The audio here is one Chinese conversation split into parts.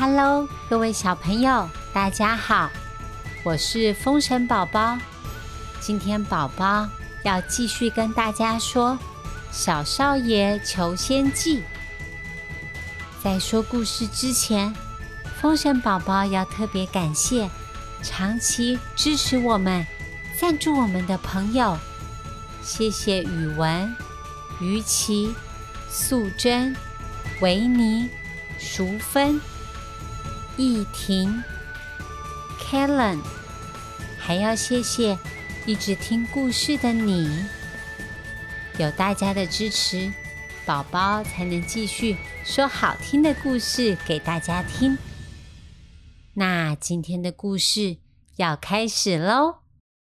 Hello， 各位小朋友，大家好，我是风神宝宝。今天宝宝要继续跟大家说小少爷求仙记。在说故事之前，风神宝宝要特别感谢长期支持我们、赞助我们的朋友，谢谢宇文、于琪、素贞、维尼、淑芬、易婷、Kellen， 还要谢谢一直听故事的你。有大家的支持，宝宝才能继续说好听的故事给大家听。那今天的故事要开始咯。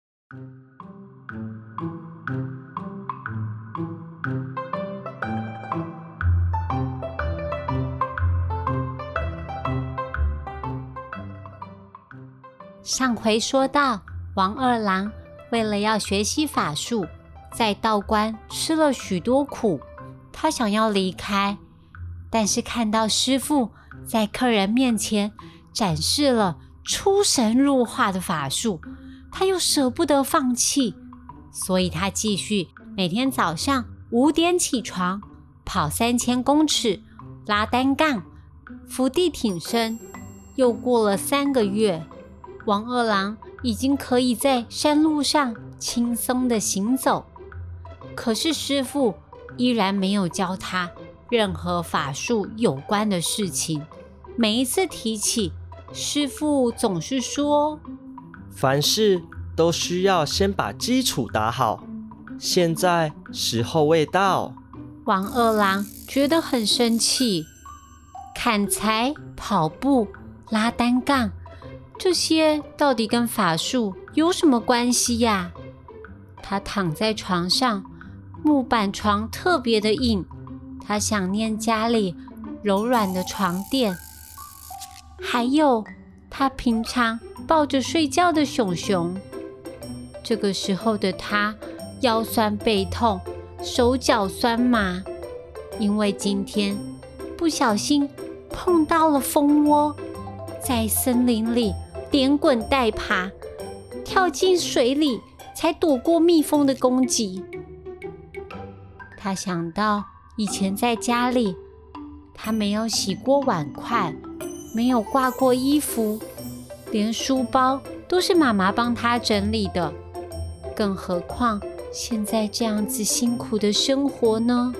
上回说到，王二郎为了要学习法术，在道观吃了许多苦，他想要离开，但是看到师父在客人面前展示了出神入化的法术，他又舍不得放弃，所以他继续每天早上5点起床，跑3000公尺，拉单杠，伏地挺身。又过了3个月，王二郎已经可以在山路上轻松地行走，可是师父依然没有教他任何法术有关的事情。每一次提起，师父总是说， 凡事都需要先把基础打好，现在时候未到。 王二郎觉得很生气，砍柴、跑步、拉单杠，这些到底跟法术有什么关系呀？他躺在床上，木板床特别的硬，他想念家里柔软的床垫，还有他平常抱着睡觉的熊熊。这个时候的他腰酸背痛，手脚酸麻，因为今天不小心碰到了蜂窝，在森林里连滚带爬，跳进水里才躲过蜜蜂的攻击。他想到以前在家里，他没有洗过碗筷，没有挂过衣服，连书包都是妈妈帮他整理的，更何况现在这样子辛苦的生活呢？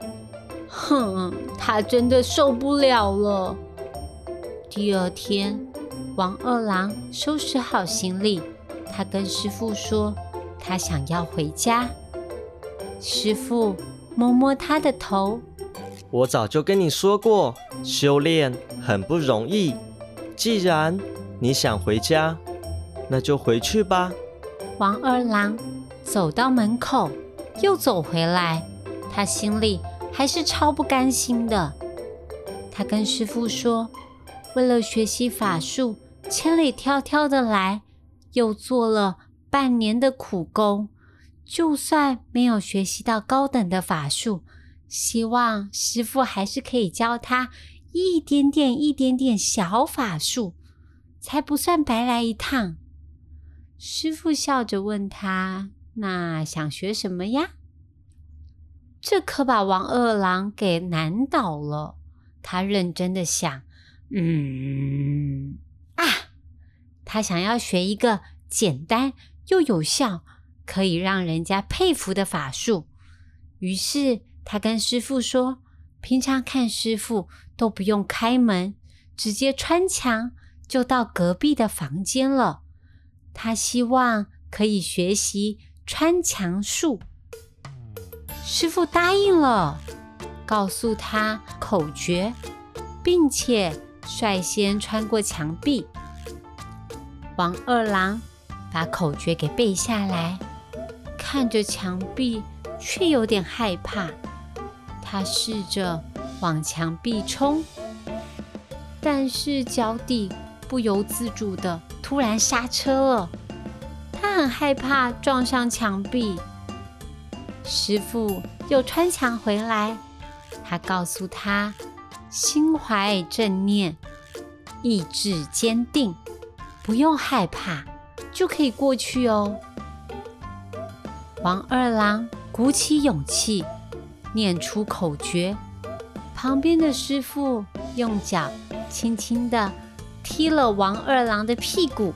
他真的受不了了。第二天，王二郎收拾好行李，他跟师父说他想要回家。师父摸摸他的头， 我早就跟你说过，修炼很不容易，既然你想回家，那就回去吧。 王二郎走到门口，又走回来，他心里还是超不甘心的。他跟师父说，为了学习法术，千里迢迢的来，又做了半年的苦工，就算没有学习到高等的法术，希望师父还是可以教他一点点小法术，才不算白来一趟。师父笑着问他，那想学什么呀？这可把王二郎给难倒了。他认真的想，他想要学一个简单又有效，可以让人家佩服的法术。于是他跟师父说，平常看师父都不用开门，直接穿墙就到隔壁的房间了。他希望可以学习穿墙术。师父答应了，告诉他口诀，并且率先穿过墙壁。王二郎把口诀给背下来，看着墙壁却有点害怕。他试着往墙壁冲，但是脚底不由自主的突然刹车了。他很害怕撞上墙壁。师父又穿墙回来，他告诉他心怀正念， 意志坚定，不用害怕，就可以过去哦。王二郎鼓起勇气，念出口诀，旁边的师傅用脚轻轻地踢了王二郎的屁股。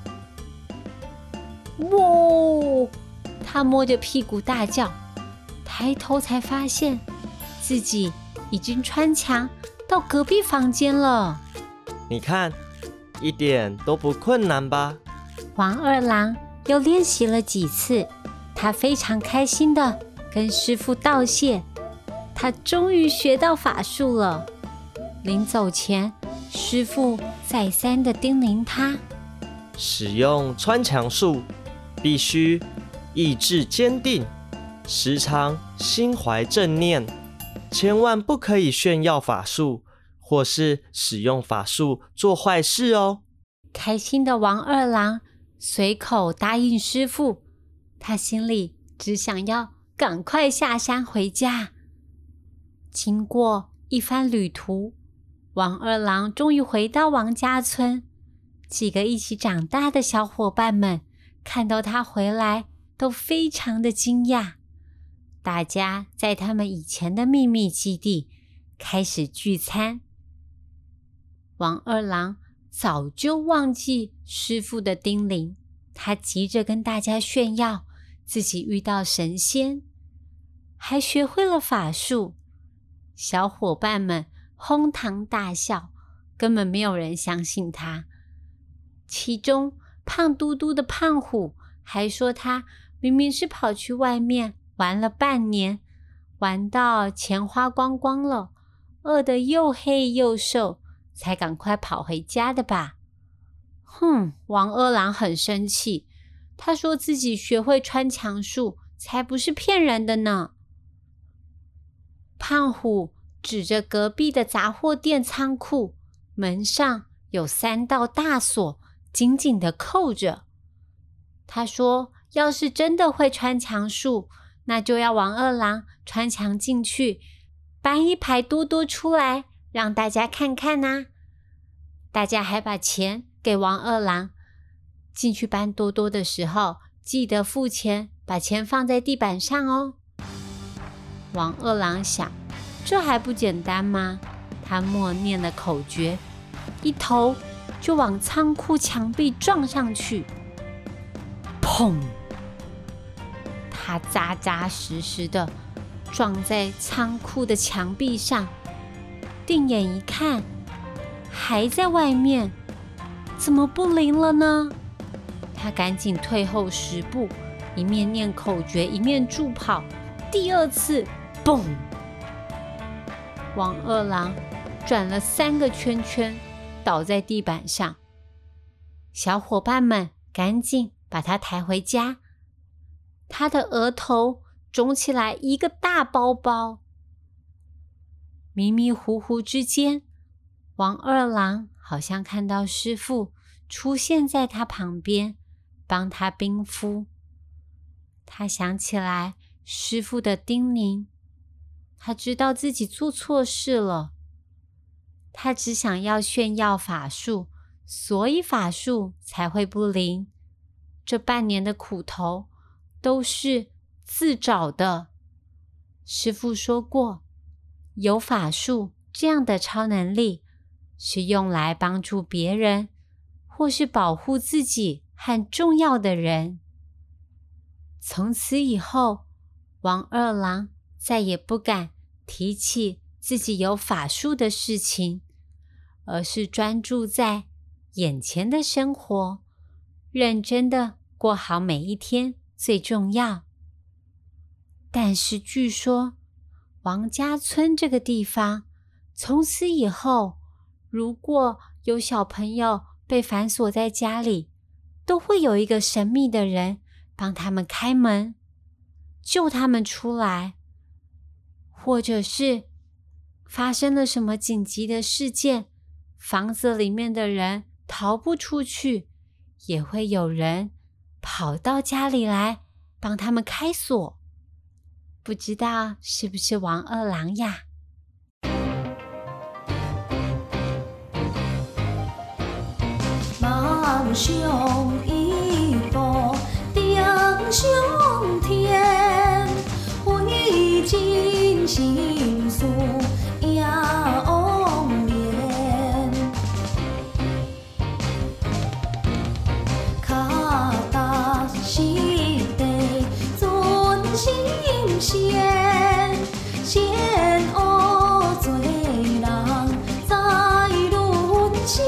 哇！他摸着屁股大叫，抬头才发现自己已经穿墙到隔壁房间了。 你看，一点都不困难吧？ 王二郎又练习了几次，他非常开心地跟师父道谢，他终于学到法术了。临走前，师父再三地叮咛他， 使用穿墙术必须意志坚定，时常心怀正念，千万不可以炫耀法术，或是使用法术做坏事哦。 开心的王二郎随口答应师父，他心里只想要赶快下山回家。经过一番旅途，王二郎终于回到王家村。几个一起长大的小伙伴们看到他回来，都非常的惊讶。大家在他们以前的秘密基地开始聚餐。王二郎早就忘记师父的叮咛，他急着跟大家炫耀自己遇到神仙，还学会了法术。小伙伴们哄堂大笑，根本没有人相信他。其中胖嘟嘟的胖虎还说他明明是跑去外面玩了半年，玩到钱花光光了，饿得又黑又瘦，才赶快跑回家的吧。王二郎很生气，他说自己学会穿墙术，才不是骗人的呢。胖虎指着隔壁的杂货店仓库，门上有3道大锁，紧紧地扣着。他说要是真的会穿墙术，那就要王二郎穿墙进去，搬一排多多出来，让大家看看啊。大家还把钱给王二郎，进去搬多多的时候，记得付钱，把钱放在地板上哦。王二郎想，这还不简单吗？他默念了口诀，一头就往仓库墙壁撞上去。砰！他扎扎实实的撞在仓库的墙壁上，定眼一看，还在外面，怎么不灵了呢？他赶紧退后10步，一面念口诀，一面助跑。第2次，嘣！王二郎转了3个圈圈，倒在地板上。小伙伴们赶紧把他抬回家，他的额头肿起来一个大包包。迷迷糊糊之间，王二郎好像看到师父出现在他旁边，帮他冰敷。他想起来师父的叮咛，他知道自己做错事了。他只想要炫耀法术，所以法术才会不灵。这半年的苦头都是自找的。师父说过，有法术这样的超能力是用来帮助别人，或是保护自己和重要的人。从此以后，王二郎再也不敢提起自己有法术的事情，而是专注在眼前的生活，认真的过好每一天最重要。但是据说王家村这个地方，从此以后，如果有小朋友被反锁在家里，都会有一个神秘的人帮他们开门，救他们出来。或者是发生了什么紧急的事件，房子里面的人逃不出去，也会有人跑到家里来帮他们开锁。不知道是不是王二郎呀？ 走上一步，登上天，费尽心思也枉然。脚踏实地存心善，先学做人在人间。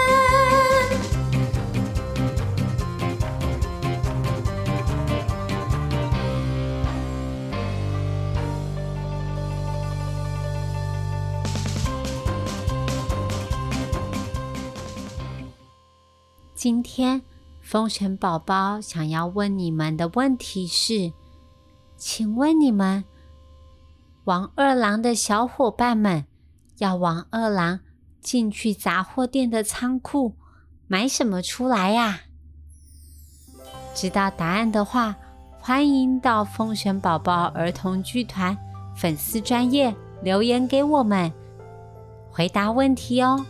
今天风神宝宝想要问你们的问题是，请问你们王二郎的小伙伴们要王二郎进去杂货店的仓库买什么出来呀？知道答案的话，欢迎到风神宝宝儿童剧团粉丝专页留言给我们，回答问题哦。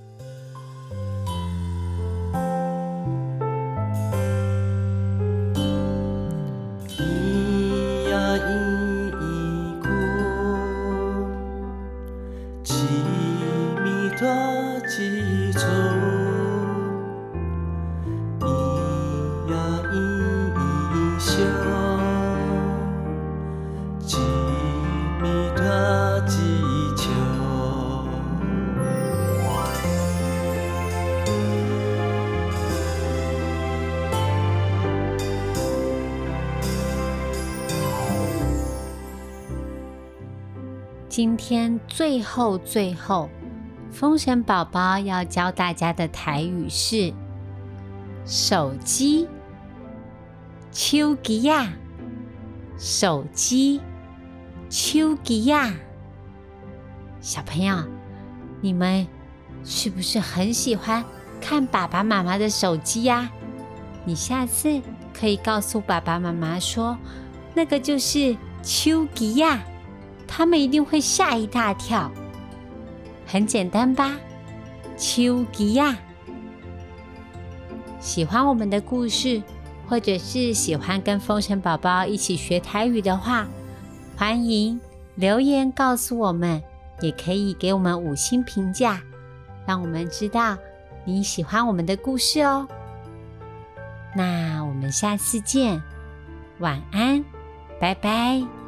今天最后，风神宝宝要教大家的台语是手机，手机呀，手机，手机呀。小朋友，你们是不是很喜欢看爸爸妈妈的手机呀？你下次可以告诉爸爸妈妈说，那个就是手机呀。他们一定会吓一大跳。很简单吧？手机呀！喜欢我们的故事，或者是喜欢跟风神宝宝一起学台语的话，欢迎留言告诉我们，也可以给我们5星评价，让我们知道你喜欢我们的故事哦。那我们下次见，晚安，拜拜。